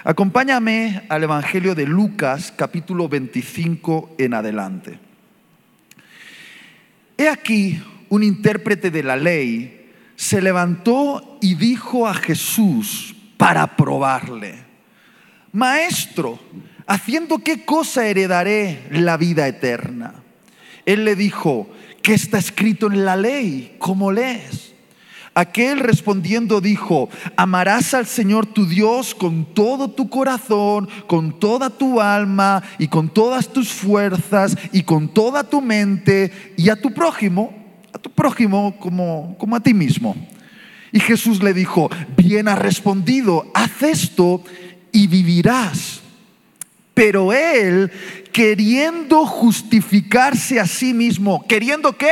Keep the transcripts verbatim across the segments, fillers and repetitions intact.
Acompáñame al Evangelio de Lucas, capítulo veinticinco en adelante. He aquí, un intérprete de la ley se levantó y dijo a Jesús para probarle: Maestro, ¿haciendo qué cosa heredaré la vida eterna? Él le dijo: ¿qué está escrito en la ley? ¿Cómo lees? Aquel respondiendo dijo: amarás al Señor tu Dios con todo tu corazón, con toda tu alma y con todas tus fuerzas y con toda tu mente, y a tu prójimo, a tu prójimo como, como a ti mismo. Y Jesús le dijo: bien has respondido, haz esto y vivirás. Pero él, queriendo justificarse a sí mismo, ¿queriendo qué?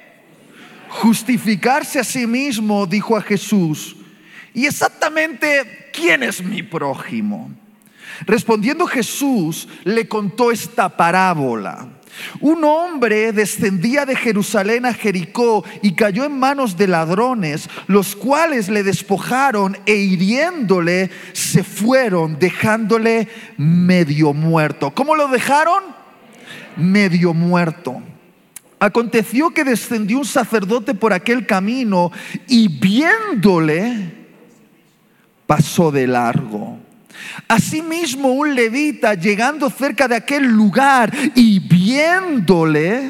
Justificarse a sí mismo, dijo a Jesús: ¿y exactamente quién es mi prójimo? Respondiendo Jesús, le contó esta parábola. Un hombre descendía de Jerusalén a Jericó y cayó en manos de ladrones, los cuales le despojaron e hiriéndole se fueron, dejándole medio muerto. ¿Cómo lo dejaron? Medio muerto. Aconteció que descendió un sacerdote por aquel camino y viéndole pasó de largo. Asimismo, un levita, llegando cerca de aquel lugar y viéndole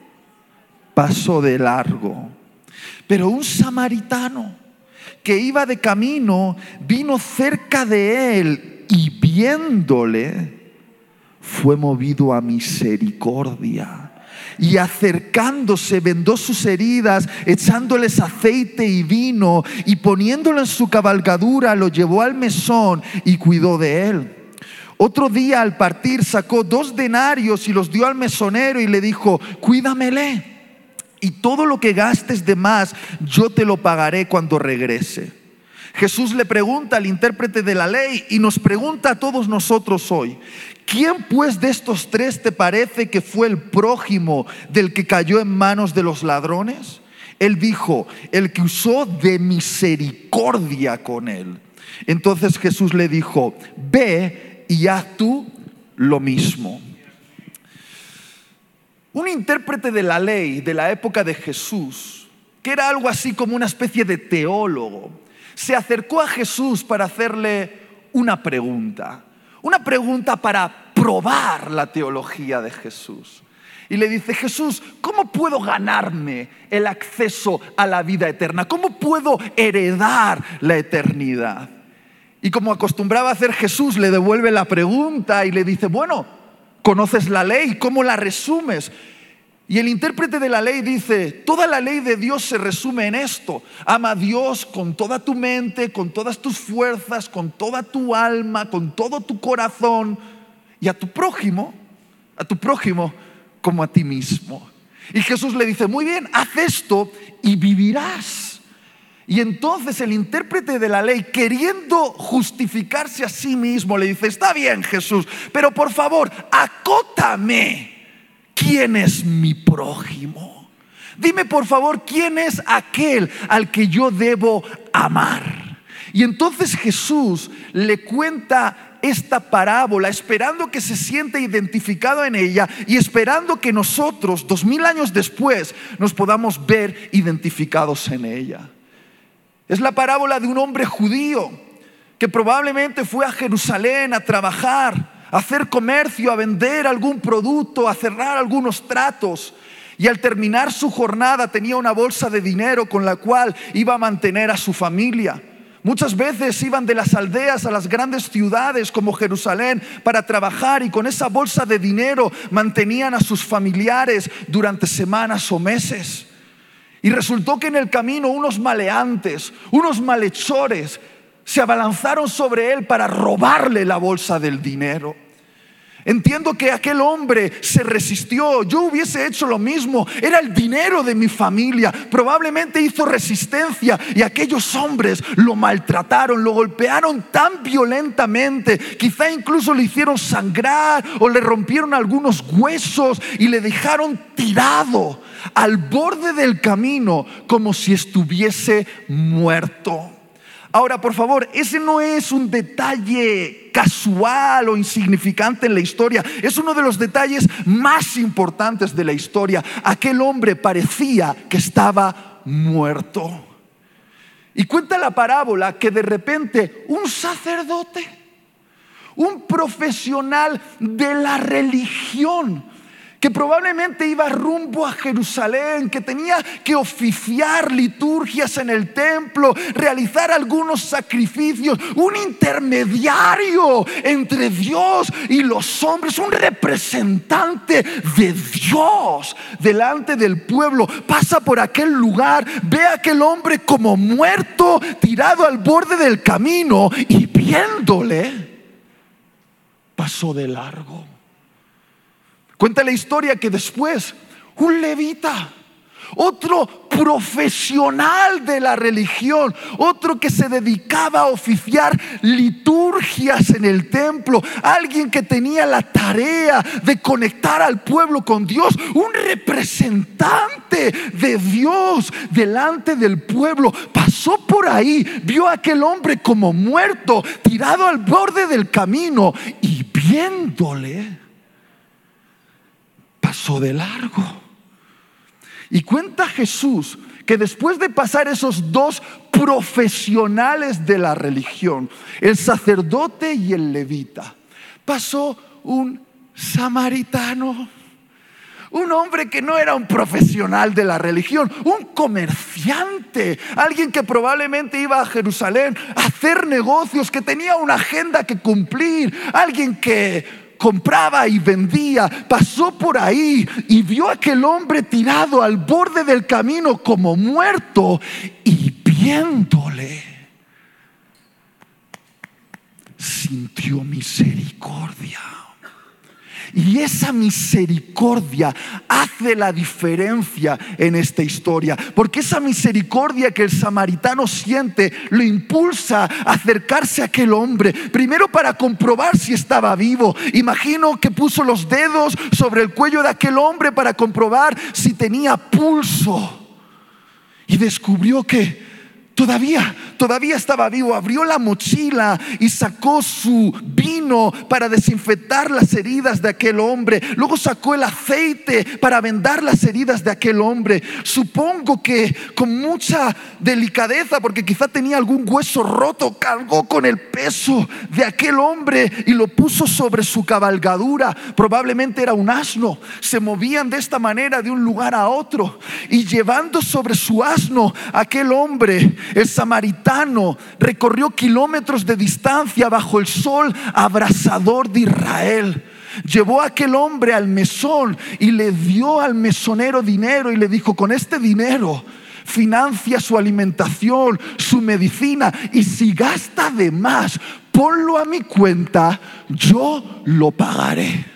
pasó de largo. Pero un samaritano que iba de camino vino cerca de él y viéndole fue movido a misericordia. Y acercándose vendó sus heridas, echándoles aceite y vino, y poniéndolo en su cabalgadura lo llevó al mesón y cuidó de él. Otro día al partir sacó dos denarios y los dio al mesonero y le dijo: cuídamele, y todo lo que gastes de más yo te lo pagaré cuando regrese. Jesús le pregunta al intérprete de la ley y nos pregunta a todos nosotros hoy: ¿quién pues de estos tres te parece que fue el prójimo del que cayó en manos de los ladrones? Él dijo: el que usó de misericordia con él. Entonces Jesús le dijo: ve y haz tú lo mismo. Un intérprete de la ley de la época de Jesús, que era algo así como una especie de teólogo, se acercó a Jesús para hacerle una pregunta. Una pregunta para probar la teología de Jesús. Y le dice: Jesús, ¿cómo puedo ganarme el acceso a la vida eterna? ¿Cómo puedo heredar la eternidad? Y como acostumbraba a hacer Jesús, le devuelve la pregunta y le dice: bueno, ¿conoces la ley? ¿Cómo la resumes? Y el intérprete de la ley dice: toda la ley de Dios se resume en esto: ama a Dios con toda tu mente, con todas tus fuerzas, con toda tu alma, con todo tu corazón, y a tu prójimo, a tu prójimo como a ti mismo. Y Jesús le dice: muy bien, haz esto y vivirás. Y entonces el intérprete de la ley, queriendo justificarse a sí mismo, le dice: está bien, Jesús, pero por favor, acótame. ¿Quién es mi prójimo? Dime por favor, ¿quién es aquel al que yo debo amar? Y entonces Jesús le cuenta esta parábola, esperando que se siente identificado en ella y esperando que nosotros, dos mil años después, nos podamos ver identificados en ella. Es la parábola de un hombre judío que probablemente fue a Jerusalén a trabajar, a hacer comercio, a vender algún producto, a cerrar algunos tratos. Y al terminar su jornada tenía una bolsa de dinero con la cual iba a mantener a su familia. Muchas veces iban de las aldeas a las grandes ciudades como Jerusalén para trabajar, y con esa bolsa de dinero mantenían a sus familiares durante semanas o meses. Y resultó que en el camino unos maleantes, unos malhechores, se abalanzaron sobre él para robarle la bolsa del dinero. Entiendo que aquel hombre se resistió. Yo hubiese hecho lo mismo. Era el dinero de mi familia. Probablemente hizo resistencia y aquellos hombres lo maltrataron, lo golpearon tan violentamente. Quizá incluso le hicieron sangrar o le rompieron algunos huesos y le dejaron tirado al borde del camino como si estuviese muerto. Ahora, por favor, ese no es un detalle casual o insignificante en la historia. Es uno de los detalles más importantes de la historia. Aquel hombre parecía que estaba muerto. Y cuenta la parábola que de repente un sacerdote, un profesional de la religión, que probablemente iba rumbo a Jerusalén, que tenía que oficiar liturgias en el templo, realizar algunos sacrificios, un intermediario entre Dios y los hombres, un representante de Dios delante del pueblo, pasa por aquel lugar, ve a aquel hombre como muerto, tirado al borde del camino, y viéndole, pasó de largo. Cuenta la historia que después un levita, otro profesional de la religión, otro que se dedicaba a oficiar liturgias en el templo, alguien que tenía la tarea de conectar al pueblo con Dios, un representante de Dios delante del pueblo, pasó por ahí, vio a aquel hombre como muerto, tirado al borde del camino, y viéndole, pasó de largo. Y cuenta Jesús que después de pasar esos dos profesionales de la religión, el sacerdote y el levita, pasó un samaritano, un hombre que no era un profesional de la religión, un comerciante, alguien que probablemente iba a Jerusalén a hacer negocios, que tenía una agenda que cumplir, alguien que compraba y vendía, pasó por ahí y vio a aquel hombre tirado al borde del camino como muerto, y viéndole, sintió misericordia. Y esa misericordia hace la diferencia en esta historia, porque esa misericordia que el samaritano siente lo impulsa a acercarse a aquel hombre, primero para comprobar si estaba vivo. Imagino que puso los dedos sobre el cuello de aquel hombre para comprobar si tenía pulso, y descubrió que Todavía, todavía estaba vivo. Abrió la mochila y sacó su vino para desinfectar las heridas de aquel hombre. Luego sacó el aceite para vendar las heridas de aquel hombre. Supongo que con mucha delicadeza, porque quizá tenía algún hueso roto, cargó con el peso de aquel hombre y lo puso sobre su cabalgadura. Probablemente era un asno. Se movían de esta manera de un lugar a otro. Y llevando sobre su asno aquel hombre, el samaritano, recorrió kilómetros de distancia bajo el sol abrasador de Israel. Llevó a aquel hombre al mesón y le dio al mesonero dinero y le dijo: con este dinero financia su alimentación, su medicina, y si gasta de más, ponlo a mi cuenta, yo lo pagaré.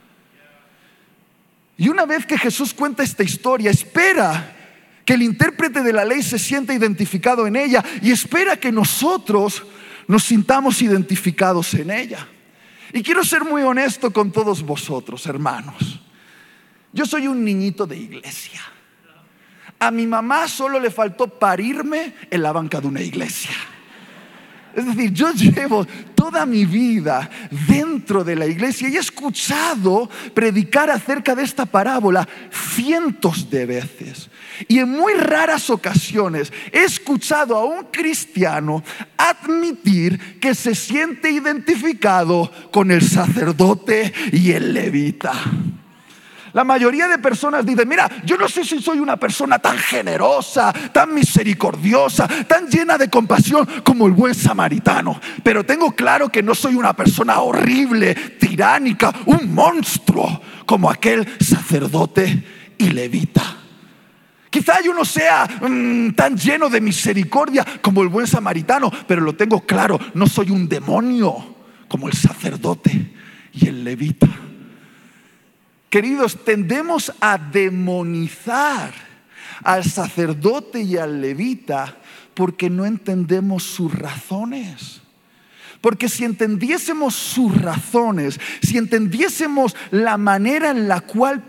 Y una vez que Jesús cuenta esta historia, espera que el intérprete de la ley se sienta identificado en ella, y espera que nosotros nos sintamos identificados en ella. Y quiero ser muy honesto con todos vosotros, hermanos. Yo soy un niñito de iglesia. A mi mamá solo le faltó parirme en la banca de una iglesia. Es decir, yo llevo toda mi vida dentro de la iglesia y he escuchado predicar acerca de esta parábola cientos de veces. Y en muy raras ocasiones he escuchado a un cristiano admitir que se siente identificado con el sacerdote y el levita. La mayoría de personas dicen: mira, yo no sé si soy una persona tan generosa, tan misericordiosa, tan llena de compasión como el buen samaritano, pero tengo claro que no soy una persona horrible, tiránica, un monstruo como aquel sacerdote y levita. Quizá yo no sea mmm, tan lleno de misericordia como el buen samaritano, pero lo tengo claro, no soy un demonio como el sacerdote y el levita. Queridos, tendemos a demonizar al sacerdote y al levita porque no entendemos sus razones. Porque si entendiésemos sus razones, si entendiésemos la manera en la cual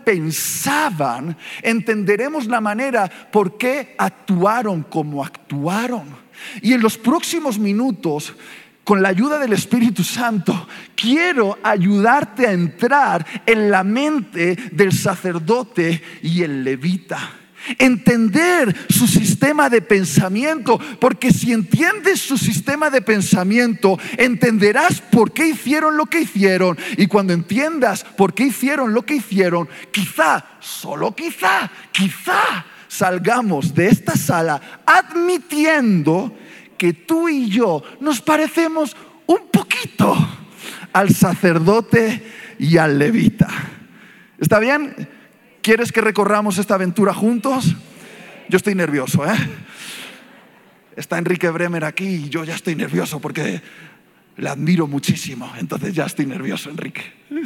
pensaban, entenderemos la manera por qué actuaron como actuaron. Y en los próximos minutos, con la ayuda del Espíritu Santo, quiero ayudarte a entrar en la mente del sacerdote y el levita. Entender su sistema de pensamiento, porque si entiendes su sistema de pensamiento, entenderás por qué hicieron lo que hicieron. Y cuando entiendas por qué hicieron lo que hicieron, quizá, solo quizá, quizá salgamos de esta sala admitiendo que tú y yo nos parecemos un poquito al sacerdote y al levita. ¿Está bien? ¿Quieres que recorramos esta aventura juntos? Yo estoy nervioso, ¿eh? Está Enrique Bremer aquí y yo ya estoy nervioso porque le admiro muchísimo. Entonces ya estoy nervioso, Enrique.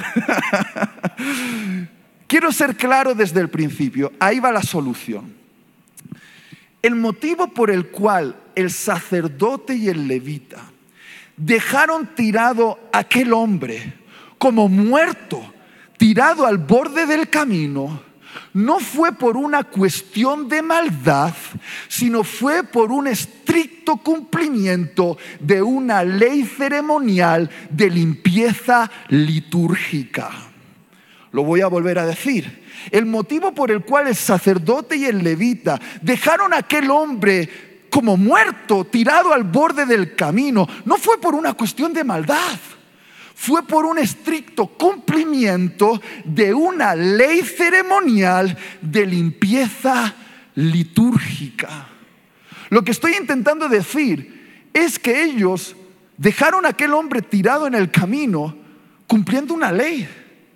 Quiero ser claro desde el principio. Ahí va la solución. El motivo por el cual el sacerdote y el levita dejaron tirado a aquel hombre como muerto, tirado al borde del camino, no fue por una cuestión de maldad, sino fue por un estricto cumplimiento de una ley ceremonial de limpieza litúrgica. Lo voy a volver a decir. El motivo por el cual el sacerdote y el levita dejaron a aquel hombre como muerto, tirado al borde del camino, no fue por una cuestión de maldad. Fue por un estricto cumplimiento de una ley ceremonial de limpieza litúrgica. Lo que estoy intentando decir es que ellos dejaron a aquel hombre tirado en el camino cumpliendo una ley.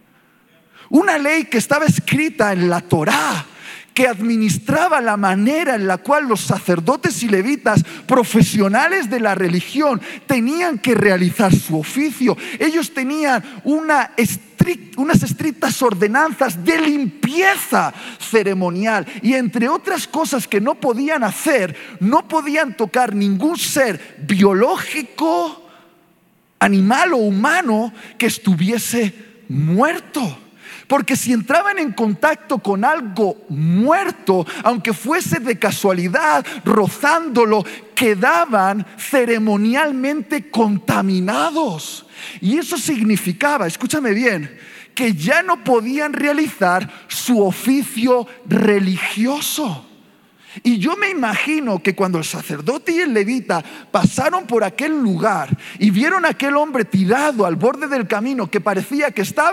Una ley que estaba escrita en la Torá, que administraba la manera en la cual los sacerdotes y levitas, profesionales de la religión, tenían que realizar su oficio. Ellos tenían una estrict, unas estrictas ordenanzas de limpieza ceremonial, y entre otras cosas que no podían hacer, no podían tocar ningún ser biológico, animal o humano que estuviese muerto. Porque si entraban en contacto con algo muerto, aunque fuese de casualidad, rozándolo, quedaban ceremonialmente contaminados. Y eso significaba, escúchame bien, que ya no podían realizar su oficio religioso. Y yo me imagino que cuando el sacerdote y el levita pasaron por aquel lugar y vieron a aquel hombre tirado al borde del camino que parecía que estaba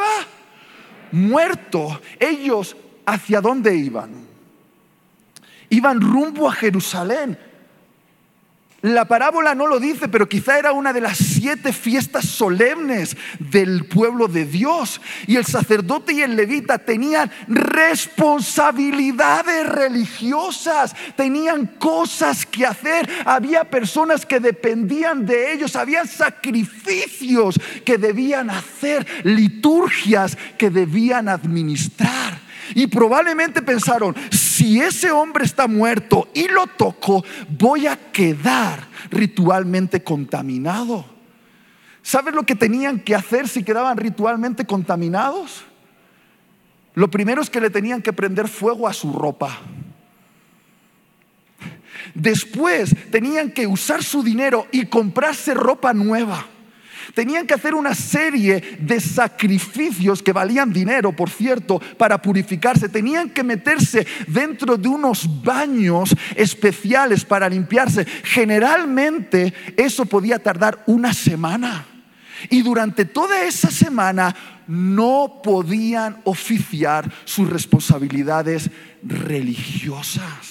muerto, ellos ¿hacia dónde iban? Iban rumbo a Jerusalén. La parábola no lo dice, pero quizá era una de las siete fiestas solemnes del pueblo de Dios. Y el sacerdote y el levita tenían responsabilidades religiosas, tenían cosas que hacer, había personas que dependían de ellos, había sacrificios que debían hacer, liturgias que debían administrar. Y probablemente pensaron, si ese hombre está muerto y lo toco, voy a quedar ritualmente contaminado. ¿Sabes lo que tenían que hacer si quedaban ritualmente contaminados? Lo primero es que le tenían que prender fuego a su ropa. Después tenían que usar su dinero y comprarse ropa nueva. Tenían que hacer una serie de sacrificios que valían dinero, por cierto, para purificarse. Tenían que meterse dentro de unos baños especiales para limpiarse. Generalmente eso podía tardar una semana. Y durante toda esa semana no podían oficiar sus responsabilidades religiosas.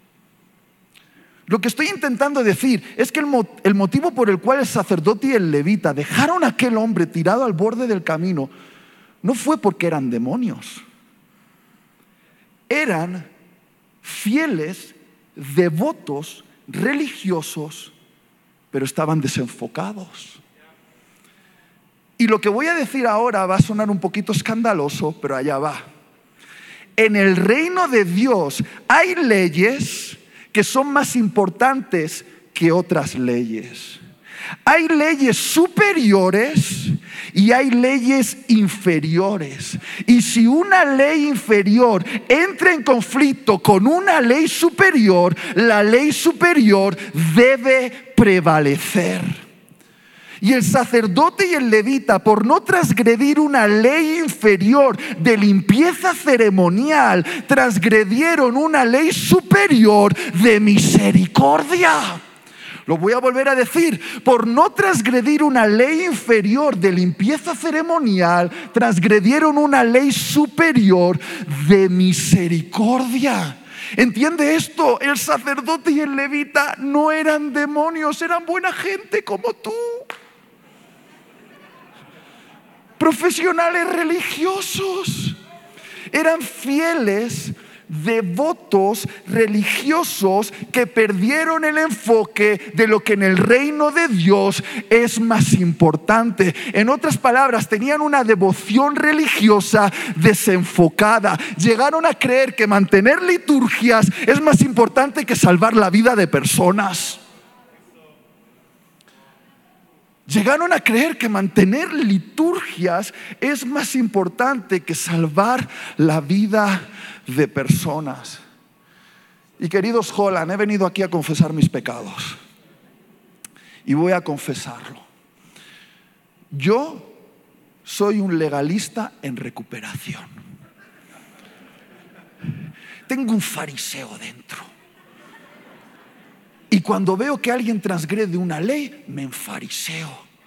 Lo que estoy intentando decir es que el, el motivo por el cual el sacerdote y el levita dejaron a aquel hombre tirado al borde del camino no fue porque eran demonios. Eran fieles, devotos, religiosos, pero estaban desenfocados. Y lo que voy a decir ahora va a sonar un poquito escandaloso, pero allá va. En el reino de Dios hay leyes que son más importantes que otras leyes. Hay leyes superiores y hay leyes inferiores. Y si una ley inferior entra en conflicto con una ley superior, la ley superior debe prevalecer. Y el sacerdote y el levita, por no transgredir una ley inferior de limpieza ceremonial, transgredieron una ley superior de misericordia. Lo voy a volver a decir, por no transgredir una ley inferior de limpieza ceremonial, transgredieron una ley superior de misericordia. ¿Entiende esto? El sacerdote y el levita no eran demonios, eran buena gente como tú. Profesionales religiosos, eran fieles, devotos religiosos que perdieron el enfoque de lo que en el reino de Dios es más importante. En otras palabras, tenían una devoción religiosa desenfocada. Llegaron a creer que mantener liturgias es más importante que salvar la vida de personas. Llegaron a creer que mantener liturgias es más importante que salvar la vida de personas. Y queridos Holland, he venido aquí a confesar mis pecados. Y voy a confesarlo. Yo soy un legalista en recuperación. Tengo un fariseo dentro. Y cuando veo que alguien transgrede una ley, me enfariseo.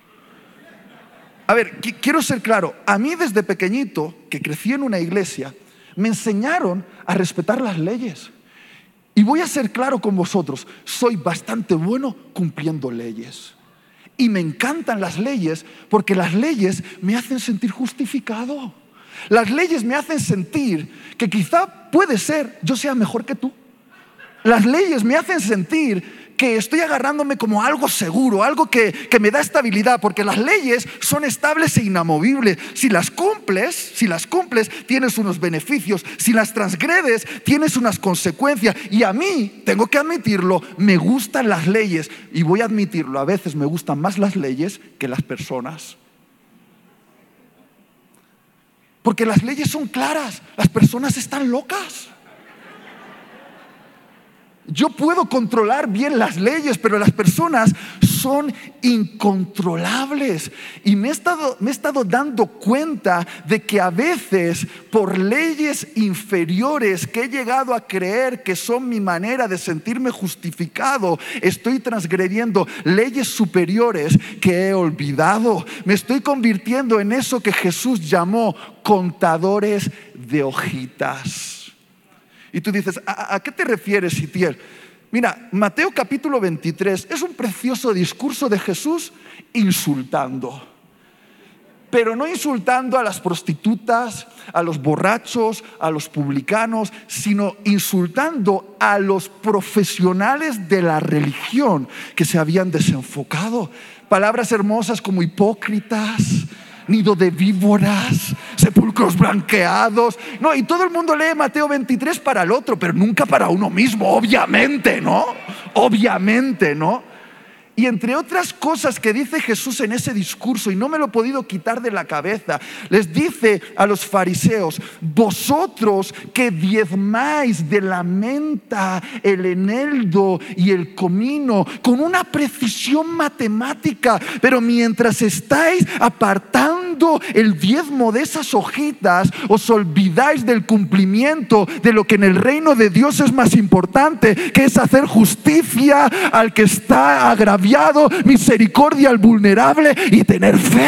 A ver, qu- quiero ser claro. A mí desde pequeñito, que crecí en una iglesia, me enseñaron a respetar las leyes. Y voy a ser claro con vosotros, soy bastante bueno cumpliendo leyes. Y me encantan las leyes porque las leyes me hacen sentir justificado. Las leyes me hacen sentir que quizá puede ser yo sea mejor que tú. Las leyes me hacen sentir que estoy agarrándome como algo seguro, algo que, que me da estabilidad, porque las leyes son estables e inamovibles. Si las cumples, si las cumples, tienes unos beneficios. Si las transgredes, tienes unas consecuencias. Y a mí, tengo que admitirlo, me gustan las leyes. Y voy a admitirlo, a veces me gustan más las leyes que las personas. Porque las leyes son claras, las personas están locas. Yo puedo controlar bien las leyes, pero las personas son incontrolables. Y me he estado, me he estado dando cuenta de que a veces por leyes inferiores que he llegado a creer que son mi manera de sentirme justificado, estoy transgrediendo leyes superiores que he olvidado. Me estoy convirtiendo en eso que Jesús llamó contadores de hojitas. Y tú dices, ¿a, a qué te refieres, Itiel? Mira, Mateo capítulo veintitrés es un precioso discurso de Jesús insultando. Pero no insultando a las prostitutas, a los borrachos, a los publicanos, sino insultando a los profesionales de la religión que se habían desenfocado. Palabras hermosas como hipócritas, nido de víboras, sepulcros blanqueados. No, y todo el mundo lee Mateo veintitrés para el otro, pero nunca para uno mismo, obviamente, ¿no? Obviamente, ¿no? Y entre otras cosas que dice Jesús en ese discurso, y no me lo he podido quitar de la cabeza, les dice a los fariseos: vosotros que diezmáis de la menta, el eneldo y el comino con una precisión matemática, pero mientras estáis apartando el diezmo de esas hojitas, os olvidáis del cumplimiento de lo que en el reino de Dios es más importante, que es hacer justicia al que está agraviado, misericordia al vulnerable y tener fe.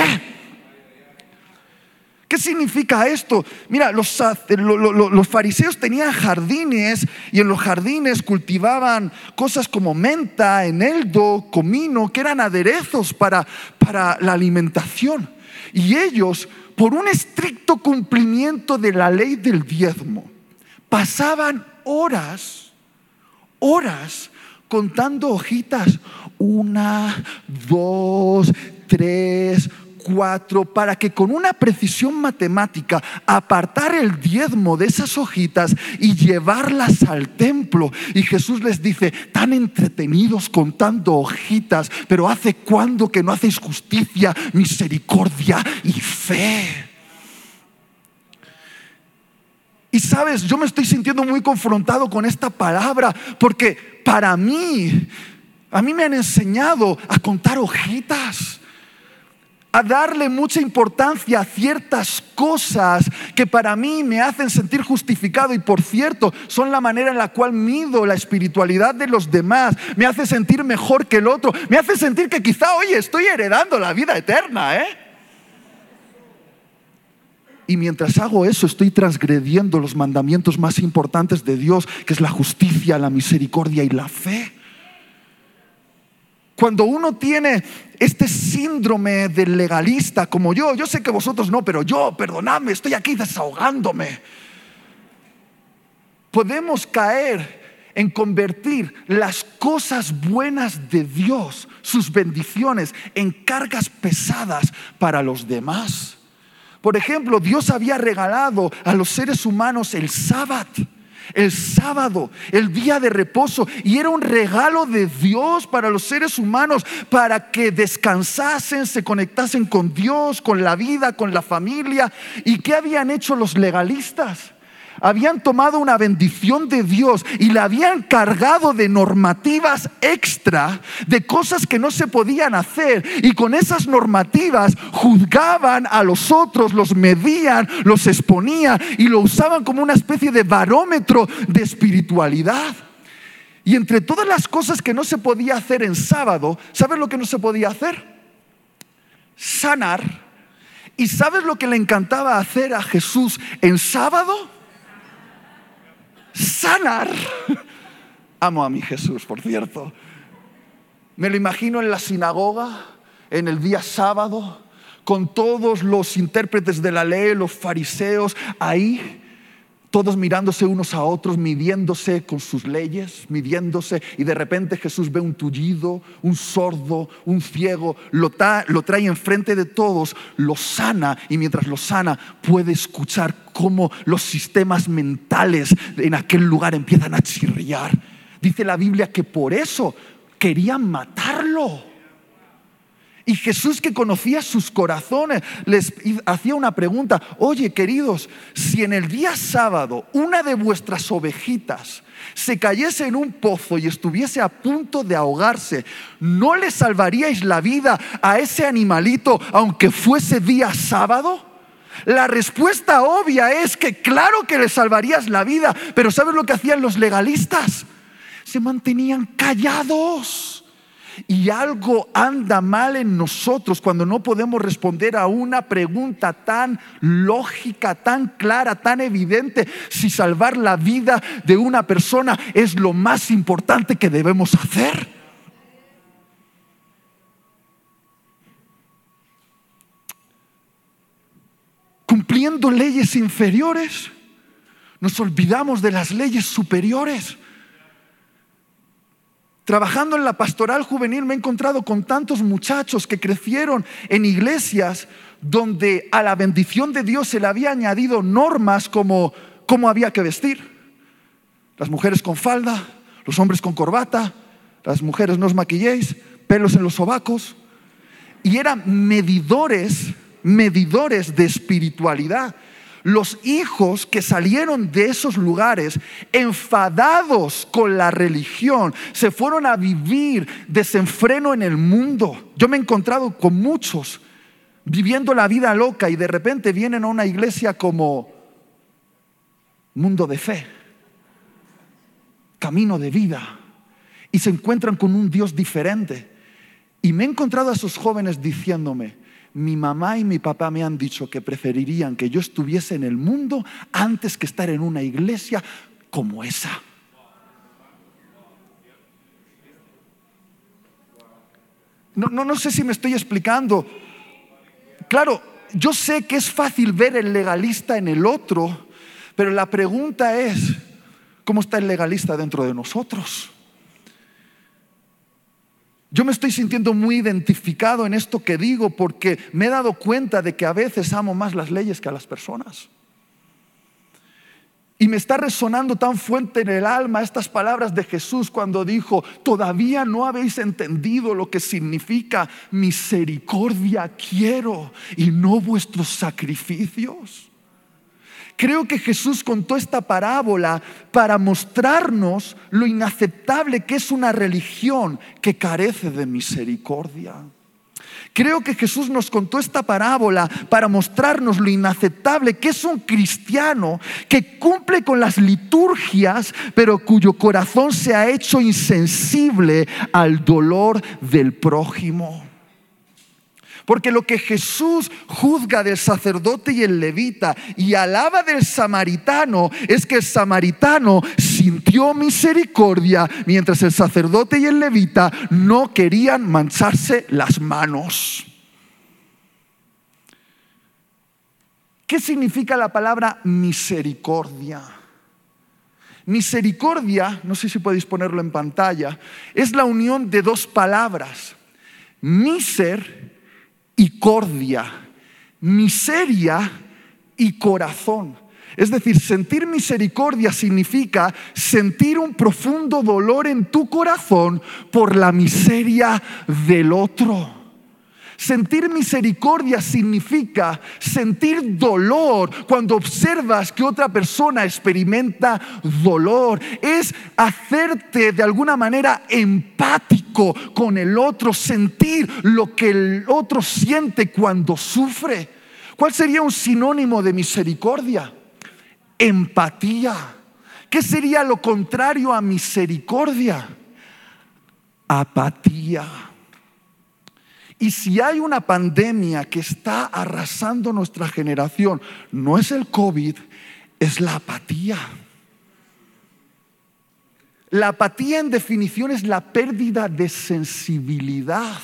¿Qué significa esto? Mira, los, los, los fariseos tenían jardines y en los jardines cultivaban cosas como menta, eneldo, comino, que eran aderezos para, para la alimentación. Y ellos, por un estricto cumplimiento de la ley del diezmo, pasaban horas, horas contando hojitas. Una, dos, tres, cuatro para que con una precisión matemática apartar el diezmo de esas hojitas y llevarlas al templo. Y Jesús les dice: tan entretenidos contando hojitas, pero ¿hace cuándo que no hacéis justicia, misericordia y fe? Y sabes, yo me estoy sintiendo muy confrontado con esta palabra, porque para mí, a mí me han enseñado a contar hojitas, a darle mucha importancia a ciertas cosas que para mí me hacen sentir justificado, y por cierto, son la manera en la cual mido la espiritualidad de los demás. Me hace sentir mejor que el otro, me hace sentir que quizá, oye, estoy heredando la vida eterna, ¿eh? Y mientras hago eso, estoy transgrediendo los mandamientos más importantes de Dios, que es la justicia, la misericordia y la fe. Cuando uno tiene este síndrome del legalista como yo, yo sé que vosotros no, pero yo, perdonadme, estoy aquí desahogándome. Podemos caer en convertir las cosas buenas de Dios, sus bendiciones, en cargas pesadas para los demás. Por ejemplo, Dios había regalado a los seres humanos el sábado, el sábado, el día de reposo, y era un regalo de Dios para los seres humanos, para que descansasen, se conectasen con Dios, con la vida, con la familia. ¿Y qué habían hecho los legalistas? Habían tomado una bendición de Dios y la habían cargado de normativas extra, de cosas que no se podían hacer, y con esas normativas juzgaban a los otros, los medían, los exponían y lo usaban como una especie de barómetro de espiritualidad. Y entre todas las cosas que no se podía hacer en sábado, ¿sabes lo que no se podía hacer? Sanar. ¿Y sabes lo que le encantaba hacer a Jesús en sábado? Sanar. Amo a mi Jesús, por cierto. Me lo imagino en la sinagoga, en el día sábado, con todos los intérpretes de la ley, los fariseos, ahí, todos mirándose unos a otros, midiéndose con sus leyes, midiéndose, y de repente Jesús ve un tullido, un sordo, un ciego, lo, ta, lo trae enfrente de todos, lo sana, y mientras lo sana puede escuchar cómo los sistemas mentales en aquel lugar empiezan a chirriar. Dice la Biblia que por eso querían matarlo. Y Jesús, que conocía sus corazones, les hacía una pregunta: oye, queridos, si en el día sábado una de vuestras ovejitas se cayese en un pozo y estuviese a punto de ahogarse, ¿no le salvaríais la vida a ese animalito aunque fuese día sábado? La respuesta obvia es que claro que le salvarías la vida. Pero ¿sabes lo que hacían los legalistas? Se mantenían callados. Y algo anda mal en nosotros cuando no podemos responder a una pregunta tan lógica, tan clara, tan evidente: si salvar la vida de una persona es lo más importante que debemos hacer. Cumpliendo leyes inferiores, nos olvidamos de las leyes superiores. Trabajando en la pastoral juvenil me he encontrado con tantos muchachos que crecieron en iglesias donde a la bendición de Dios se le había añadido normas como cómo había que vestir. Las mujeres con falda, los hombres con corbata, las mujeres no os maquilléis, pelos en los sobacos. Y eran medidores, medidores de espiritualidad. Los hijos que salieron de esos lugares enfadados con la religión se fueron a vivir desenfreno en el mundo. Yo me he encontrado con muchos viviendo la vida loca y de repente vienen a una iglesia como Mundo de Fe, Camino de Vida, y se encuentran con un Dios diferente. Y me he encontrado a esos jóvenes diciéndome: mi mamá y mi papá me han dicho que preferirían que yo estuviese en el mundo antes que estar en una iglesia como esa. No, no, no sé si me estoy explicando. Claro, yo sé que es fácil ver el legalista en el otro, pero la pregunta es: ¿cómo está el legalista dentro de nosotros? Yo me estoy sintiendo muy identificado en esto que digo porque me he dado cuenta de que a veces amo más las leyes que a las personas. Y me está resonando tan fuerte en el alma estas palabras de Jesús cuando dijo: todavía no habéis entendido lo que significa misericordia quiero y no vuestros sacrificios. Creo que Jesús contó esta parábola para mostrarnos lo inaceptable que es una religión que carece de misericordia. Creo que Jesús nos contó esta parábola para mostrarnos lo inaceptable que es un cristiano que cumple con las liturgias, pero cuyo corazón se ha hecho insensible al dolor del prójimo. Porque lo que Jesús juzga del sacerdote y el levita y alaba del samaritano es que el samaritano sintió misericordia mientras el sacerdote y el levita no querían mancharse las manos. ¿Qué significa la palabra misericordia? Misericordia, no sé si podéis ponerlo en pantalla, es la unión de dos palabras: miser y cordia, miseria y corazón. Es decir, sentir misericordia significa sentir un profundo dolor en tu corazón por la miseria del otro. Sentir misericordia significa sentir dolor cuando observas que otra persona experimenta dolor. Es hacerte de alguna manera empático con el otro, sentir lo que el otro siente cuando sufre. ¿Cuál sería un sinónimo de misericordia? Empatía. ¿Qué sería lo contrario a misericordia? Apatía. Y si hay una pandemia que está arrasando nuestra generación, no es el COVID, es la apatía. La apatía, en definición, es la pérdida de sensibilidad.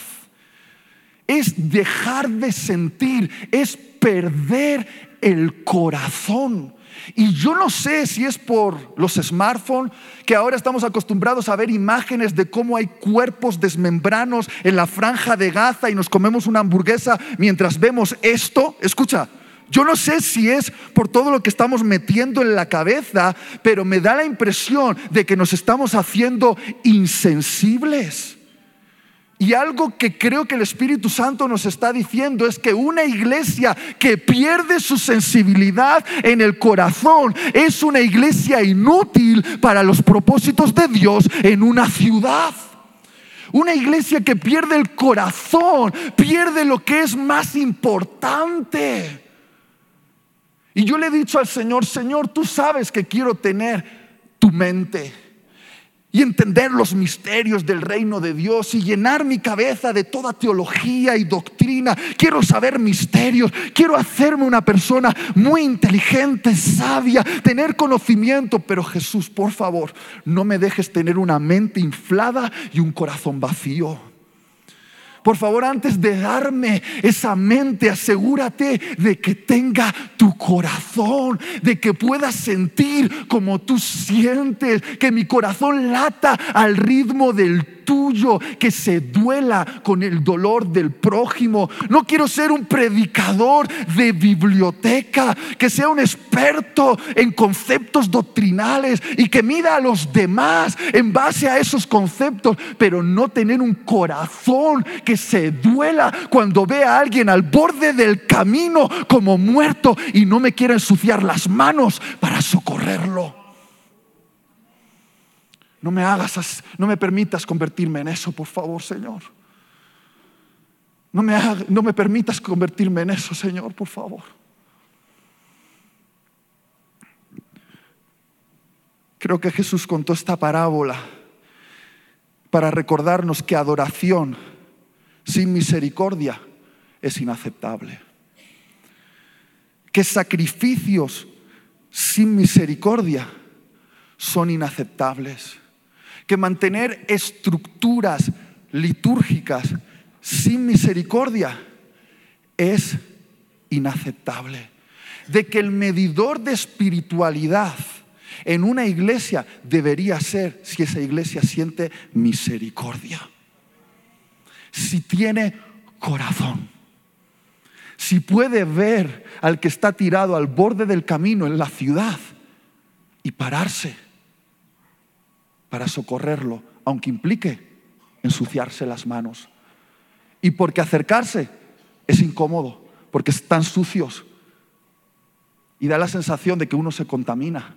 Es dejar de sentir, es perder el corazón. Y yo no sé si es por los smartphones, que ahora estamos acostumbrados a ver imágenes de cómo hay cuerpos desmembrados en la franja de Gaza y nos comemos una hamburguesa mientras vemos esto. Escucha, yo no sé si es por todo lo que estamos metiendo en la cabeza, pero me da la impresión de que nos estamos haciendo insensibles. Y algo que creo que el Espíritu Santo nos está diciendo es que una iglesia que pierde su sensibilidad en el corazón es una iglesia inútil para los propósitos de Dios en una ciudad. Una iglesia que pierde el corazón, pierde lo que es más importante. Y yo le he dicho al Señor: Señor, tú sabes que quiero tener tu mente y entender los misterios del reino de Dios y llenar mi cabeza de toda teología y doctrina. Quiero saber misterios, quiero hacerme una persona muy inteligente, sabia, tener conocimiento. Pero Jesús, por favor, no me dejes tener una mente inflada y un corazón vacío. Por favor, antes de darme esa mente, asegúrate de que tenga tu corazón, de que pueda sentir como tú sientes, que mi corazón lata al ritmo del tuyo, que se duela con el dolor del prójimo. No quiero ser un predicador de biblioteca, que sea un experto en conceptos doctrinales y que mida a los demás en base a esos conceptos, pero no tener un corazón que se duela cuando ve a alguien al borde del camino como muerto y no me quiera ensuciar las manos para socorrerlo. No me hagas, no me permitas convertirme en eso, por favor, Señor. No me, hagas, no me permitas convertirme en eso, Señor, por favor. Creo que Jesús contó esta parábola para recordarnos que adoración sin misericordia es inaceptable. Que sacrificios sin misericordia son inaceptables. Que mantener estructuras litúrgicas sin misericordia es inaceptable. De que el medidor de espiritualidad en una iglesia debería ser si esa iglesia siente misericordia. si tiene corazón. Si puede ver al que está tirado al borde del camino en la ciudad y pararse para socorrerlo, aunque implique ensuciarse las manos. Y porque acercarse es incómodo, porque están sucios y da la sensación de que uno se contamina.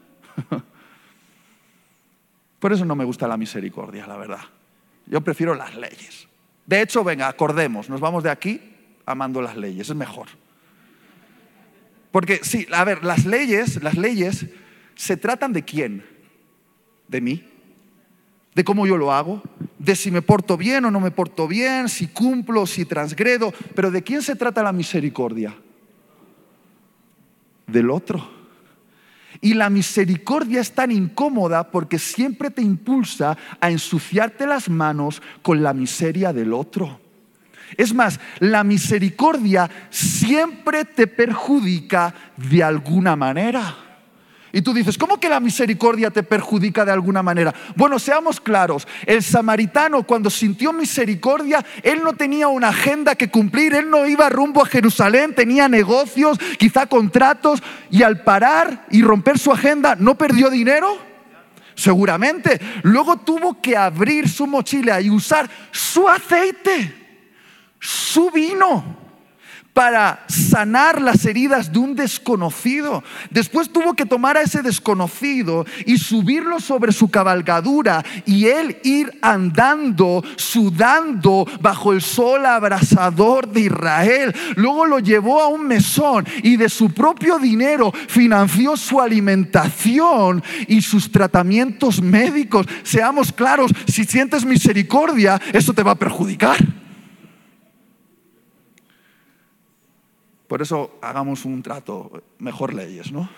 Por eso no me gusta la misericordia, la verdad. Yo prefiero las leyes. De hecho, venga, acordemos, nos vamos de aquí amando las leyes, es mejor. Porque sí, a ver, las leyes, las leyes se tratan de quién, de mí, de cómo yo lo hago, de si me porto bien o no me porto bien, si cumplo, si transgredo. Pero ¿de quién se trata la misericordia? Del otro. Y la misericordia es tan incómoda porque siempre te impulsa a ensuciarte las manos con la miseria del otro. Es más, la misericordia siempre te perjudica de alguna manera. Y tú dices, ¿cómo que la misericordia te perjudica de alguna manera? Bueno, seamos claros, el samaritano cuando sintió misericordia, él no tenía una agenda que cumplir, él no iba rumbo a Jerusalén, tenía negocios, quizá contratos, y al parar y romper su agenda, ¿no perdió dinero? Seguramente. Luego tuvo que abrir su mochila y usar su aceite, su vino, para sanar las heridas de un desconocido. Después tuvo que tomar a ese desconocido y subirlo sobre su cabalgadura y él ir andando, sudando bajo el sol abrasador de Israel. Luego lo llevó a un mesón y de su propio dinero financió su alimentación y sus tratamientos médicos. Seamos claros, si sientes misericordia, eso te va a perjudicar. Por eso hagamos un trato, mejor leyes, ¿no?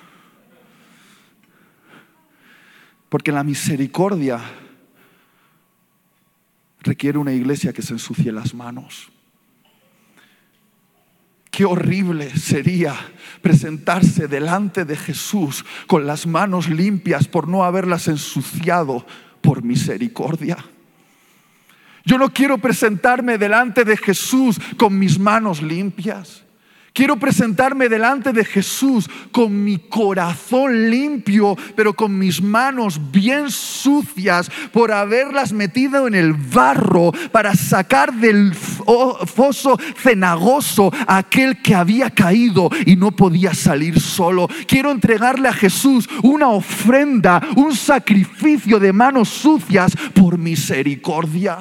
Porque la misericordia requiere una iglesia que se ensucie las manos. Qué horrible sería presentarse delante de Jesús con las manos limpias por no haberlas ensuciado por misericordia. Yo no quiero presentarme delante de Jesús con mis manos limpias. Quiero presentarme delante de Jesús con mi corazón limpio, pero con mis manos bien sucias por haberlas metido en el barro para sacar del foso cenagoso a aquel que había caído y no podía salir solo. Quiero entregarle a Jesús una ofrenda, un sacrificio de manos sucias por misericordia.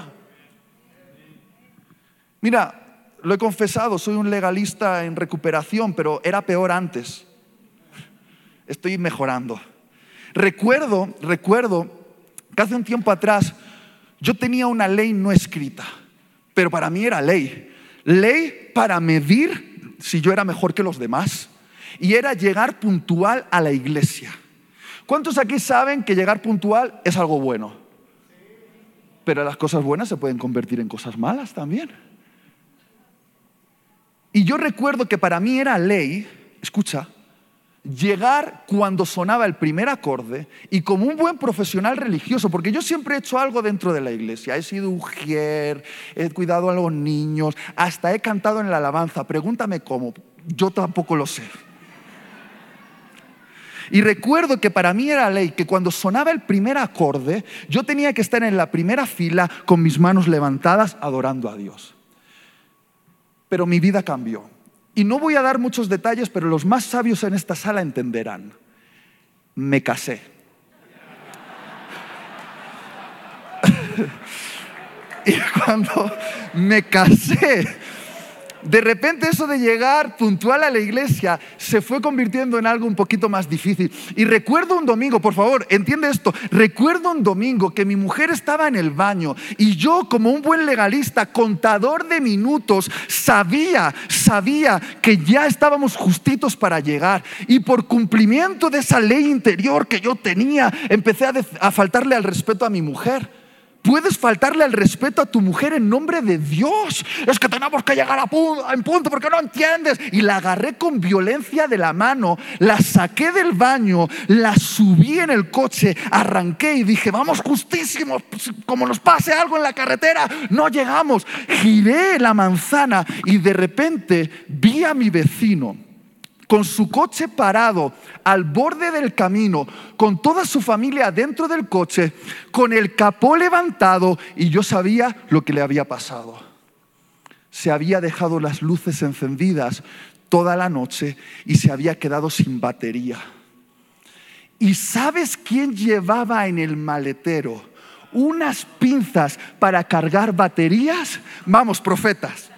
Mira, lo he confesado, soy un legalista en recuperación, pero era peor antes. Estoy mejorando. Recuerdo, recuerdo que hace un tiempo atrás yo tenía una ley no escrita, pero para mí era ley. Ley para medir si yo era mejor que los demás. Y era llegar puntual a la iglesia. ¿Cuántos aquí saben que llegar puntual es algo bueno? Pero las cosas buenas se pueden convertir en cosas malas también. Y yo recuerdo que para mí era ley, escucha, llegar cuando sonaba el primer acorde y como un buen profesional religioso, porque yo siempre he hecho algo dentro de la iglesia. He sido ujier, he cuidado a los niños, hasta he cantado en la alabanza. Pregúntame cómo, yo tampoco lo sé. Y recuerdo que para mí era ley que cuando sonaba el primer acorde, yo tenía que estar en la primera fila con mis manos levantadas adorando a Dios. Pero mi vida cambió. Y no voy a dar muchos detalles, pero los más sabios en esta sala entenderán. Me casé. Y cuando me casé, de repente eso de llegar puntual a la iglesia se fue convirtiendo en algo un poquito más difícil. Y recuerdo un domingo, por favor, entiende esto. Recuerdo un domingo que mi mujer estaba en el baño y yo, como un buen legalista, contador de minutos, sabía, sabía que ya estábamos justitos para llegar. Y por cumplimiento de esa ley interior que yo tenía, empecé a, de- a faltarle al respeto a mi mujer. puedes faltarle al respeto a tu mujer en nombre de Dios? Es que tenemos que llegar a punto, en punto porque no entiendes. Y la agarré con violencia de la mano, la saqué del baño, la subí en el coche, arranqué y dije, vamos justísimos, como nos pase algo en la carretera, no llegamos. Giré la manzana y de repente vi a mi vecino con su coche parado al borde del camino, con toda su familia dentro del coche, con el capó levantado, y yo sabía lo que le había pasado. Se había dejado las luces encendidas toda la noche y se había quedado sin batería. ¿Y sabes quién llevaba en el maletero unas pinzas para cargar baterías? Vamos, profetas.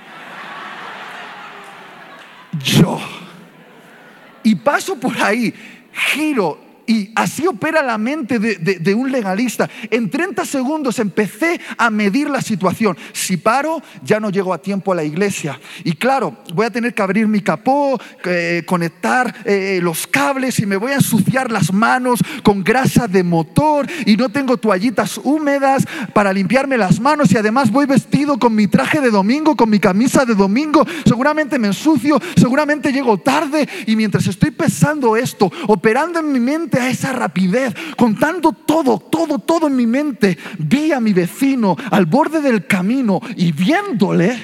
Yo. Y paso por ahí, giro, y así opera la mente de, de, de un legalista. En treinta segundos empecé a medir la situación. Si paro, ya no llego a tiempo a la iglesia. Y claro, voy a tener que abrir mi capó, eh, conectar eh, los cables, y me voy a ensuciar las manos con grasa de motor, y no tengo toallitas húmedas para limpiarme las manos, y además voy vestido con mi traje de domingo, con mi camisa de domingo. Seguramente me ensucio, seguramente llego tarde. Y mientras estoy pensando esto, operando en mi mente a esa rapidez, contando todo, todo, todo en mi mente, vi a mi vecino al borde del camino y viéndole,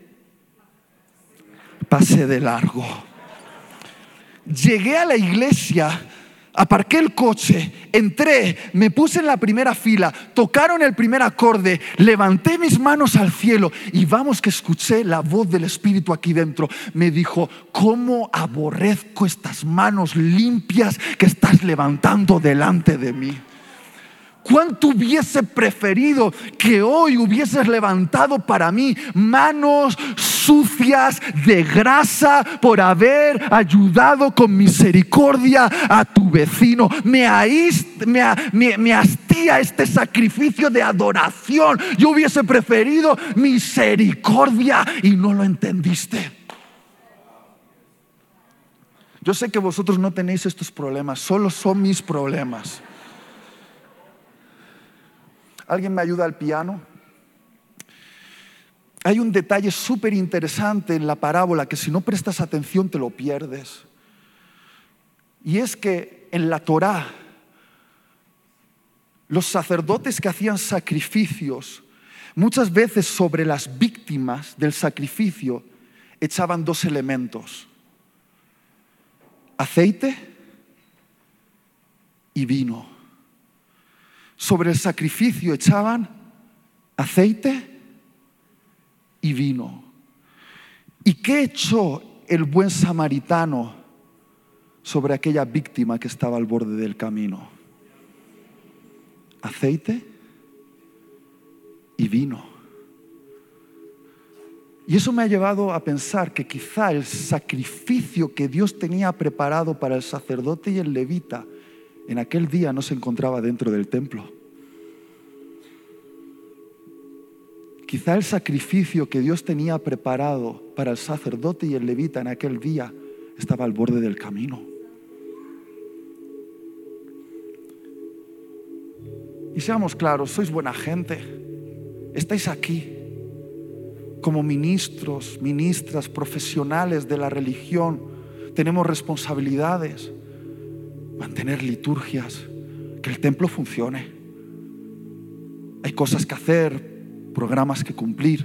pasé de largo. Llegué a la iglesia, aparqué el coche, entré, me puse en la primera fila, tocaron el primer acorde, levanté mis manos al cielo y vamos que escuché la voz del Espíritu aquí dentro. Me dijo, ¿cómo aborrezco estas manos limpias que estás levantando delante de mí? ¿Cuánto hubiese preferido que hoy hubieses levantado para mí manos sucias de grasa por haber ayudado con misericordia a tu vecino? Me, aist, me, me, me hastía este sacrificio de adoración. Yo hubiese preferido misericordia y no lo entendiste. Yo sé que vosotros no tenéis estos problemas, solo son mis problemas. ¿Alguien me ayuda al piano? Hay un detalle súper interesante en la parábola que si no prestas atención te lo pierdes. Y es que en la Torá, los sacerdotes que hacían sacrificios, muchas veces sobre las víctimas del sacrificio echaban dos elementos: aceite y vino. Sobre el sacrificio echaban aceite y vino. ¿Y qué echó el buen samaritano sobre aquella víctima que estaba al borde del camino? Aceite y vino. Y eso me ha llevado a pensar que quizá el sacrificio que Dios tenía preparado para el sacerdote y el levita en aquel día no se encontraba dentro del templo. Quizá el sacrificio que Dios tenía preparado para el sacerdote y el levita en aquel día estaba al borde del camino. Y seamos claros, sois buena gente. Estáis aquí como ministros, ministras, profesionales de la religión. Tenemos responsabilidades. Mantener liturgias, que el templo funcione. Hay cosas que hacer, programas que cumplir.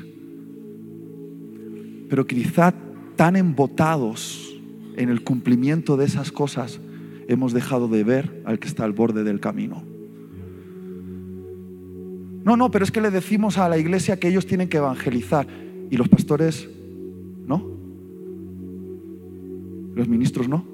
Pero quizá tan embotados en el cumplimiento de esas cosas hemos dejado de ver al que está al borde del camino. No, no, pero es que le decimos a la iglesia que ellos tienen que evangelizar y los pastores no, los ministros no.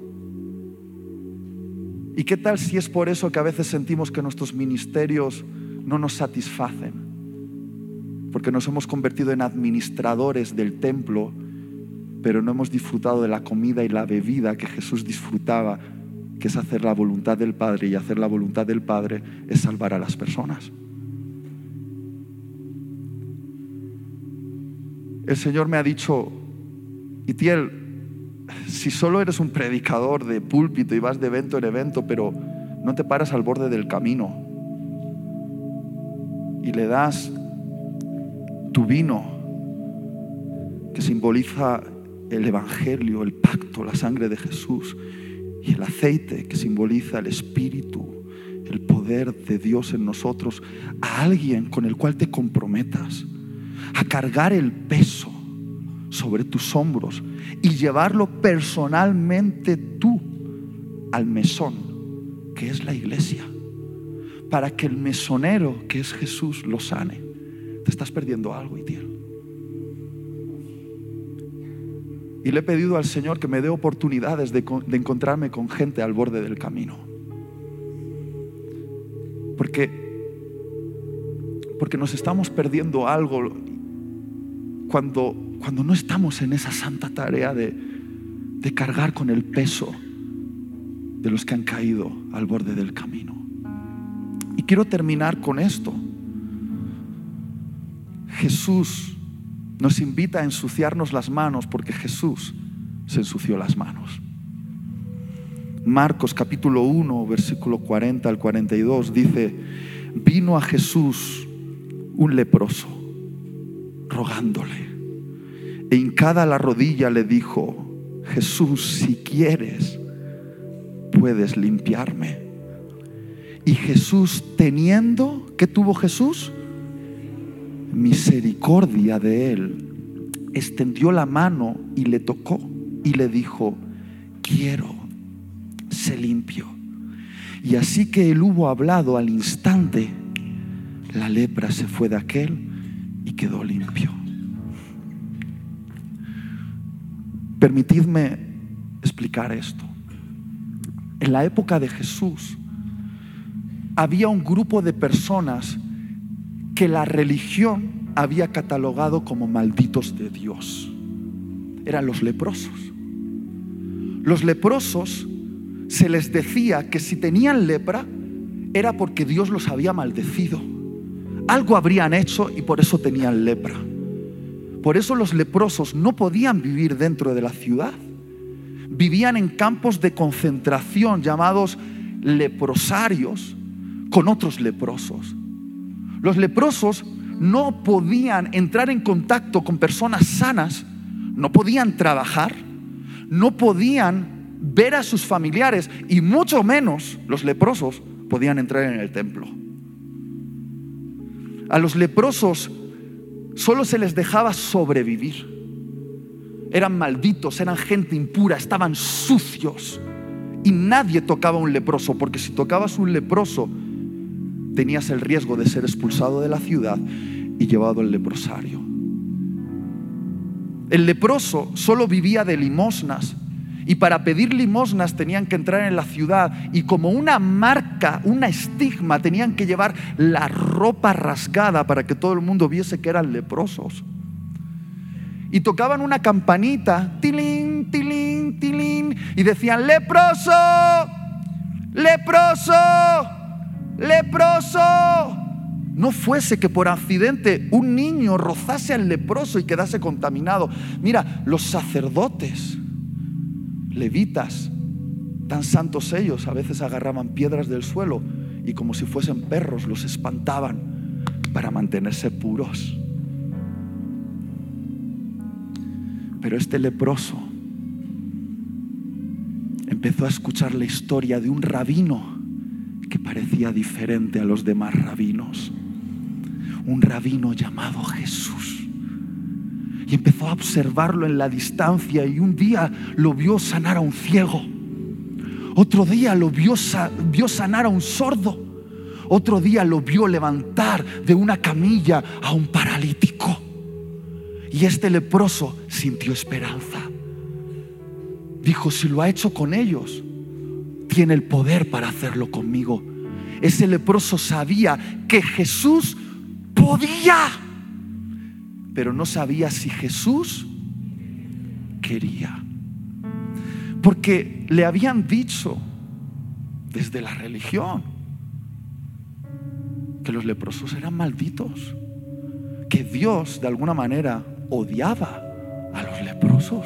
¿Y qué tal si es por eso que a veces sentimos que nuestros ministerios no nos satisfacen? Porque nos hemos convertido en administradores del templo, pero no hemos disfrutado de la comida y la bebida que Jesús disfrutaba, que es hacer la voluntad del Padre, y hacer la voluntad del Padre es salvar a las personas. El Señor me ha dicho, Itiel, si solo eres un predicador de púlpito y vas de evento en evento, pero no te paras al borde del camino y le das tu vino, que simboliza el evangelio, el pacto, la sangre de Jesús, y el aceite, que simboliza el espíritu, el poder de Dios en nosotros, a alguien con el cual te comprometas a cargar el peso sobre tus hombros y llevarlo personalmente tú al mesón, que es la iglesia, para que el mesonero, que es Jesús, lo sane. Te estás perdiendo algo, Itiel. Y le he pedido al Señor que me dé oportunidades de, de encontrarme con gente al borde del camino. Porque, porque nos estamos perdiendo algo cuando, cuando no estamos en esa santa tarea de, de cargar con el peso de los que han caído al borde del camino. Y quiero terminar con esto. Jesús nos invita a ensuciarnos las manos porque Jesús se ensució las manos. Marcos capítulo uno, versículo cuarenta al cuarenta y dos dice: vino a Jesús un leproso rogándole, e hincada la rodilla le dijo: Jesús, si quieres, puedes limpiarme. Y Jesús, teniendo, ¿qué tuvo Jesús? Misericordia de él, extendió la mano y le tocó y le dijo: quiero, sé limpio. Y así que él hubo hablado, al instante la lepra se fue de aquel y quedó limpio. Permitidme explicar esto. En la época de Jesús había un grupo de personas que la religión había catalogado como malditos de Dios. Eran los leprosos. Los leprosos se les decía que si tenían lepra era porque Dios los había maldecido. Algo habrían hecho y por eso tenían lepra. Por eso los leprosos no podían vivir dentro de la ciudad. Vivían en campos de concentración llamados leprosarios con otros leprosos. Los leprosos no podían entrar en contacto con personas sanas, no podían trabajar, no podían ver a sus familiares y mucho menos los leprosos podían entrar en el templo. A los leprosos solo se les dejaba sobrevivir. Eran malditos, eran gente impura, estaban sucios y nadie tocaba a un leproso, porque si tocabas a un leproso tenías el riesgo de ser expulsado de la ciudad y llevado al leprosario. El leproso solo vivía de limosnas, y para pedir limosnas tenían que entrar en la ciudad, y como una marca, una estigma, tenían que llevar la ropa rasgada para que todo el mundo viese que eran leprosos. Y tocaban una campanita, tilín, tilín, tilín, y decían: leproso, leproso, leproso. No fuese que por accidente un niño rozase al leproso y quedase contaminado. Mira, los sacerdotes, levitas, tan santos ellos, a veces agarraban piedras del suelo y como si fuesen perros los espantaban para mantenerse puros. Pero este leproso empezó a escuchar la historia de un rabino que parecía diferente a los demás rabinos, un rabino llamado Jesús, y empezó a observarlo en la distancia, y un día lo vio sanar a un ciego, otro día lo vio, vio sanar a un sordo, otro día lo vio levantar de una camilla a un paralítico. Y este leproso sintió esperanza. Dijo: si lo ha hecho con ellos, tiene el poder para hacerlo conmigo. Ese leproso sabía que Jesús podía, pero no sabía si Jesús quería. Porque le habían dicho desde la religión que los leprosos eran malditos, que Dios de alguna manera odiaba a los leprosos.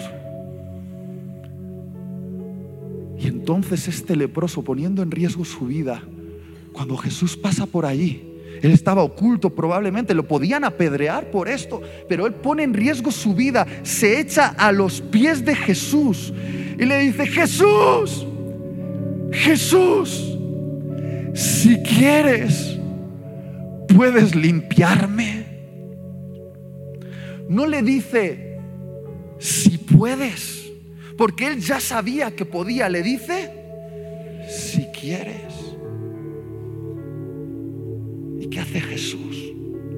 Y entonces este leproso, poniendo en riesgo su vida, cuando Jesús pasa por allí, Él estaba oculto probablemente, lo podían apedrear por esto, pero él pone en riesgo su vida, se echa a los pies de Jesús y le dice: Jesús, Jesús, si quieres, puedes limpiarme. No le dice si puedes, porque él ya sabía que podía. Le dice: si quieres. ¿Y qué hace Jesús?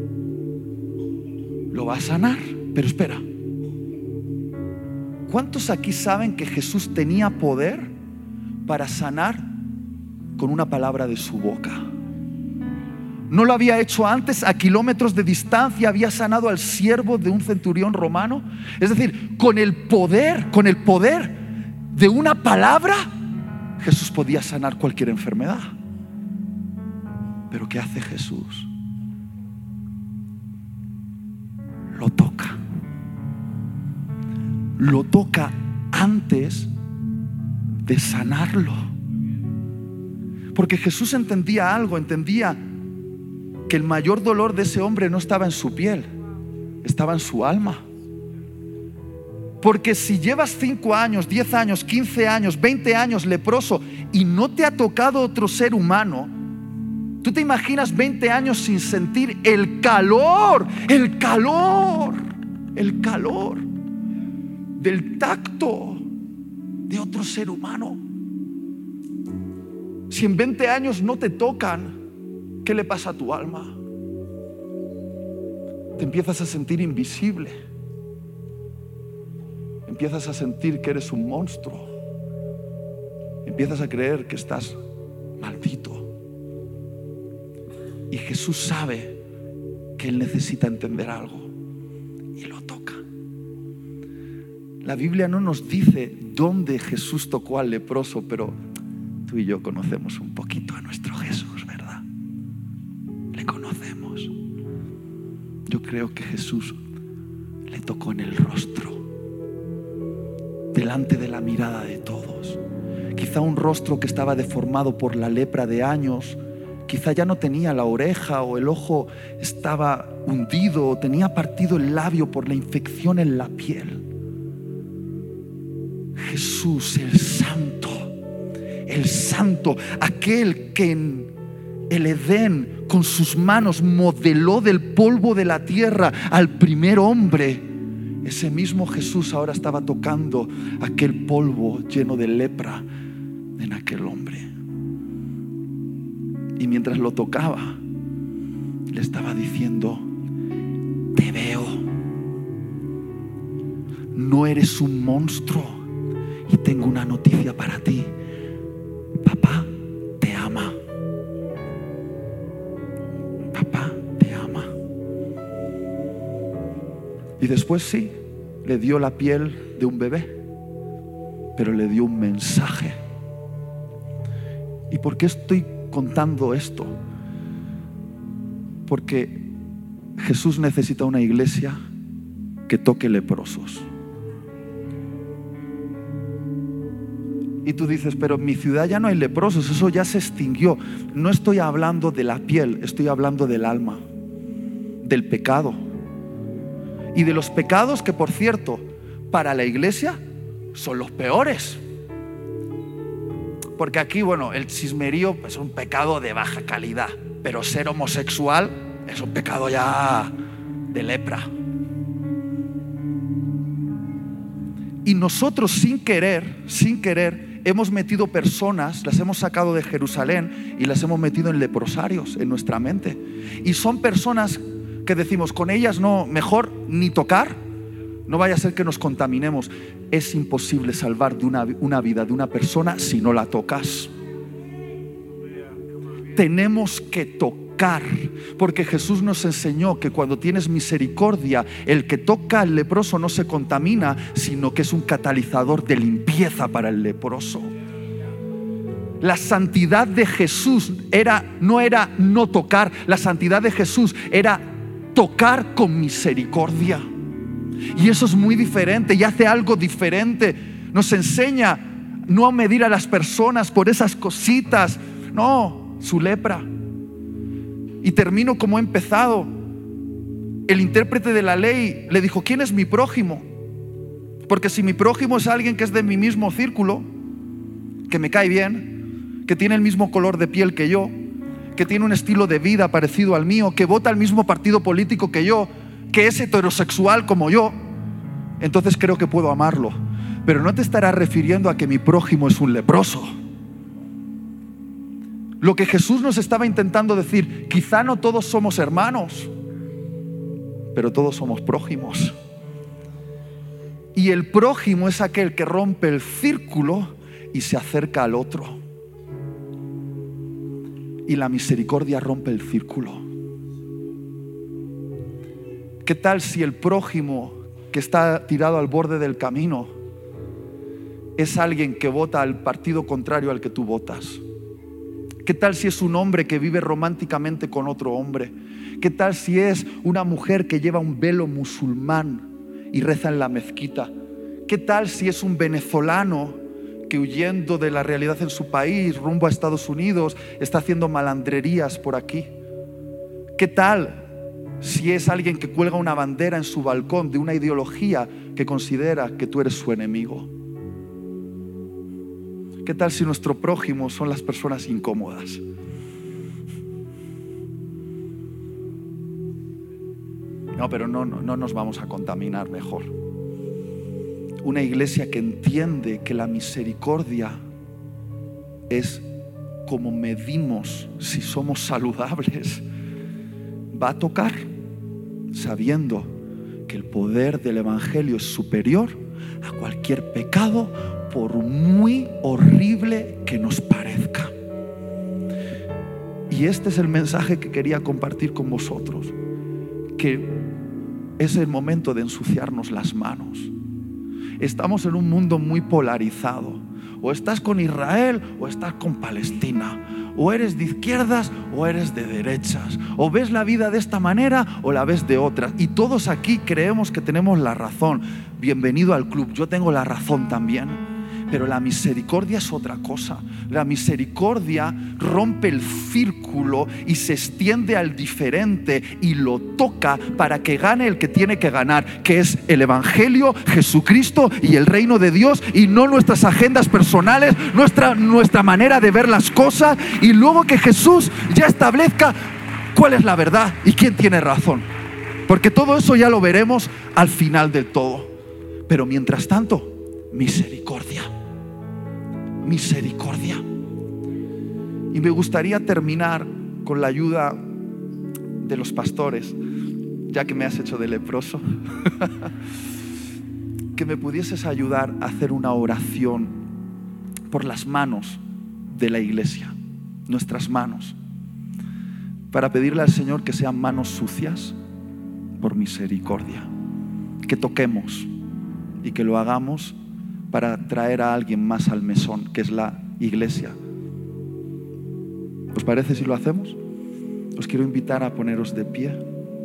Lo va a sanar. Pero espera, ¿cuántos aquí saben que Jesús tenía poder para sanar con una palabra de su boca? ¿No lo había hecho antes? A kilómetros de distancia había sanado al siervo de un centurión romano. Es decir, con el poder, con el poder de una palabra, Jesús podía sanar cualquier enfermedad. Pero ¿qué hace Jesús? Lo toca. Lo toca antes de sanarlo. Porque Jesús entendía algo, entendía que el mayor dolor de ese hombre no estaba en su piel, estaba en su alma. Porque si llevas cinco años, diez años, quince años, veinte años leproso y no te ha tocado otro ser humano, ¿tú te imaginas veinte años sin sentir el calor, el calor, el calor del tacto de otro ser humano? Si en veinte años no te tocan, ¿qué le pasa a tu alma? Te empiezas a sentir invisible. Empiezas a sentir que eres un monstruo. Empiezas a creer que estás maldito. Y Jesús sabe que Él necesita entender algo y lo toca. La Biblia no nos dice dónde Jesús tocó al leproso, pero tú y yo conocemos un poquito a nuestro Jesús, ¿verdad? Le conocemos. Yo creo que Jesús le tocó en el rostro, delante de la mirada de todos. Quizá un rostro que estaba deformado por la lepra de años. Quizá ya no tenía la oreja, o el ojo estaba hundido, o tenía partido el labio por la infección en la piel. Jesús, el santo, el santo, aquel que en el Edén con sus manos modeló del polvo de la tierra al primer hombre, ese mismo Jesús ahora estaba tocando aquel polvo lleno de lepra en aquel hombre. Y mientras lo tocaba, le estaba diciendo: te veo, no eres un monstruo, y tengo una noticia para ti. Papá te ama. Papá te ama. Y después sí, le dio la piel de un bebé, pero le dio un mensaje. ¿Y por qué estoy contando esto? Porque Jesús necesita una iglesia que toque leprosos. Y tú dices: pero en mi ciudad ya no hay leprosos, eso ya se extinguió. No estoy hablando de la piel, estoy hablando del alma, del pecado. Y de los pecados que, por cierto, para la iglesia son los peores. Porque aquí, bueno, el chismerío es un pecado de baja calidad, pero ser homosexual es un pecado ya de lepra. Y nosotros sin querer, sin querer, hemos metido personas, las hemos sacado de Jerusalén y las hemos metido en leprosarios en nuestra mente. Y son personas que decimos: con ellas no, mejor ni tocar, no vaya a ser que nos contaminemos. Es imposible salvar de una, una vida de una persona si no la tocas. Tenemos que tocar, porque Jesús nos enseñó que cuando tienes misericordia, el que toca al leproso no se contamina, sino que es un catalizador de limpieza para el leproso. La santidad de Jesús era, no era no tocar, la santidad de Jesús era tocar con misericordia. Y eso es muy diferente y hace algo diferente. Nos enseña no a medir a las personas por esas cositas, no, su lepra. Y termino como he empezado. El intérprete de la ley le dijo: ¿quién es mi prójimo? Porque si mi prójimo es alguien que es de mi mismo círculo, que me cae bien, que tiene el mismo color de piel que yo, que tiene un estilo de vida parecido al mío, que vota al mismo partido político que yo, que es heterosexual como yo, entonces creo que puedo amarlo. Pero no te estarás refiriendo a que mi prójimo es un leproso. Lo que Jesús nos estaba intentando decir: quizá no todos somos hermanos, pero todos somos prójimos. Y el prójimo es aquel que rompe el círculo y se acerca al otro. Y la misericordia rompe el círculo. ¿Qué tal si el prójimo que está tirado al borde del camino es alguien que vota al partido contrario al que tú votas? ¿Qué tal si es un hombre que vive románticamente con otro hombre? ¿Qué tal si es una mujer que lleva un velo musulmán y reza en la mezquita? ¿Qué tal si es un venezolano que, huyendo de la realidad en su país, rumbo a Estados Unidos, está haciendo malandrerías por aquí? ¿Qué tal si es alguien que cuelga una bandera en su balcón de una ideología que considera que tú eres su enemigo? ¿Qué tal si nuestro prójimo son las personas incómodas? No, pero no, no, no nos vamos a contaminar mejor. Una iglesia que entiende que la misericordia es como medimos si somos saludables, va a tocar sabiendo que el poder del Evangelio es superior a cualquier pecado, por muy horrible que nos parezca. Y este es el mensaje que quería compartir con vosotros, que es el momento de ensuciarnos las manos. Estamos en un mundo muy polarizado. O estás con Israel o estás con Palestina. O eres de izquierdas o eres de derechas. O ves la vida de esta manera o la ves de otra. Y todos aquí creemos que tenemos la razón. Bienvenido al club, yo tengo la razón también. Pero la misericordia es otra cosa. La misericordia rompe el círculo y se extiende al diferente y lo toca para que gane el que tiene que ganar, que es el Evangelio, Jesucristo y el reino de Dios, y no nuestras agendas personales, nuestra, nuestra manera de ver las cosas, y luego que Jesús ya establezca cuál es la verdad y quién tiene razón. Porque todo eso ya lo veremos al final del todo. Pero mientras tanto, misericordia. Misericordia. Y me gustaría terminar con la ayuda de los pastores, ya que me has hecho de leproso, que me pudieses ayudar a hacer una oración por las manos de la iglesia, nuestras manos, para pedirle al Señor que sean manos sucias por misericordia, que toquemos y que lo hagamos para traer a alguien más al mesón, que es la iglesia. ¿Os parece si lo hacemos? Os quiero invitar a poneros de pie.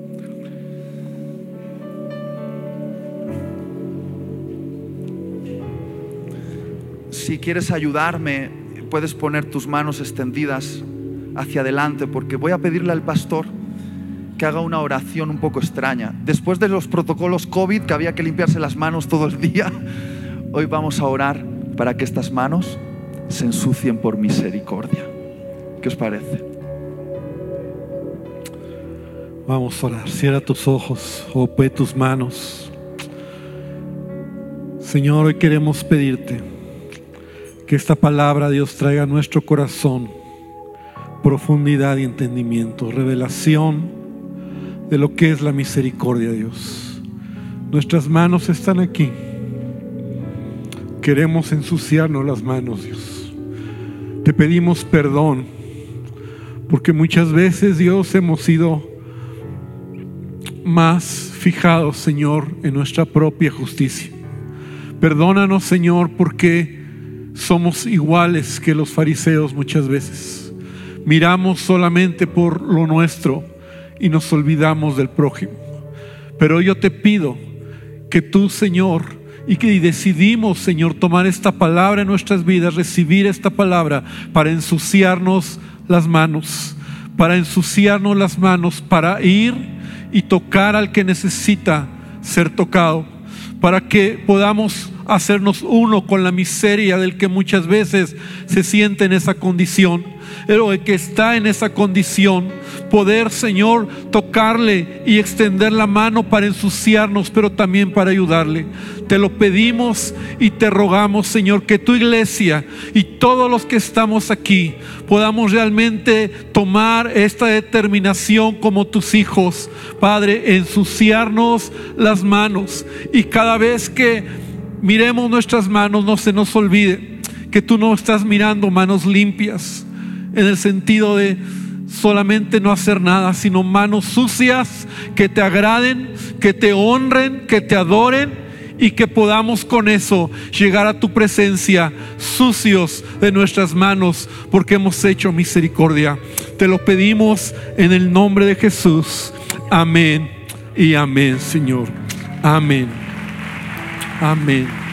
Si quieres ayudarme, puedes poner tus manos extendidas hacia adelante, porque voy a pedirle al pastor que haga una oración un poco extraña. Después de los protocolos COVID, que había que limpiarse las manos todo el día, hoy vamos a orar para que estas manos se ensucien por misericordia. ¿Qué os parece? Vamos a orar. Cierra tus ojos o ve tus manos. Señor, hoy queremos pedirte que esta palabra, Dios, traiga a nuestro corazón profundidad y entendimiento, revelación de lo que es la misericordia, Dios. Nuestras manos están aquí. Queremos ensuciarnos las manos, Dios. Te pedimos perdón, porque muchas veces, Dios, hemos sido más fijados, Señor, en nuestra propia justicia. Perdónanos, Señor, porque somos iguales que los fariseos muchas veces. Miramos solamente por lo nuestro y nos olvidamos del prójimo. Pero yo te pido que tú, Señor, y que decidimos, Señor, tomar esta palabra en nuestras vidas, recibir esta palabra para ensuciarnos las manos, para ensuciarnos las manos, para ir y tocar al que necesita ser tocado, para que podamos hacernos uno con la miseria del que muchas veces se siente en esa condición, pero el que está en esa condición, poder, Señor, tocarle y extender la mano para ensuciarnos, pero también para ayudarle. Te lo pedimos y te rogamos, Señor, que tu iglesia y todos los que estamos aquí podamos realmente tomar esta determinación como tus hijos, Padre, ensuciarnos las manos, y cada vez que miremos nuestras manos no se nos olvide que tú no estás mirando manos limpias en el sentido de solamente no hacer nada, sino manos sucias que te agraden, que te honren, que te adoren, y que podamos con eso llegar a tu presencia sucios de nuestras manos, porque hemos hecho misericordia. Te lo pedimos en el nombre de Jesús. Amén y amén, Señor. Amén. Amén.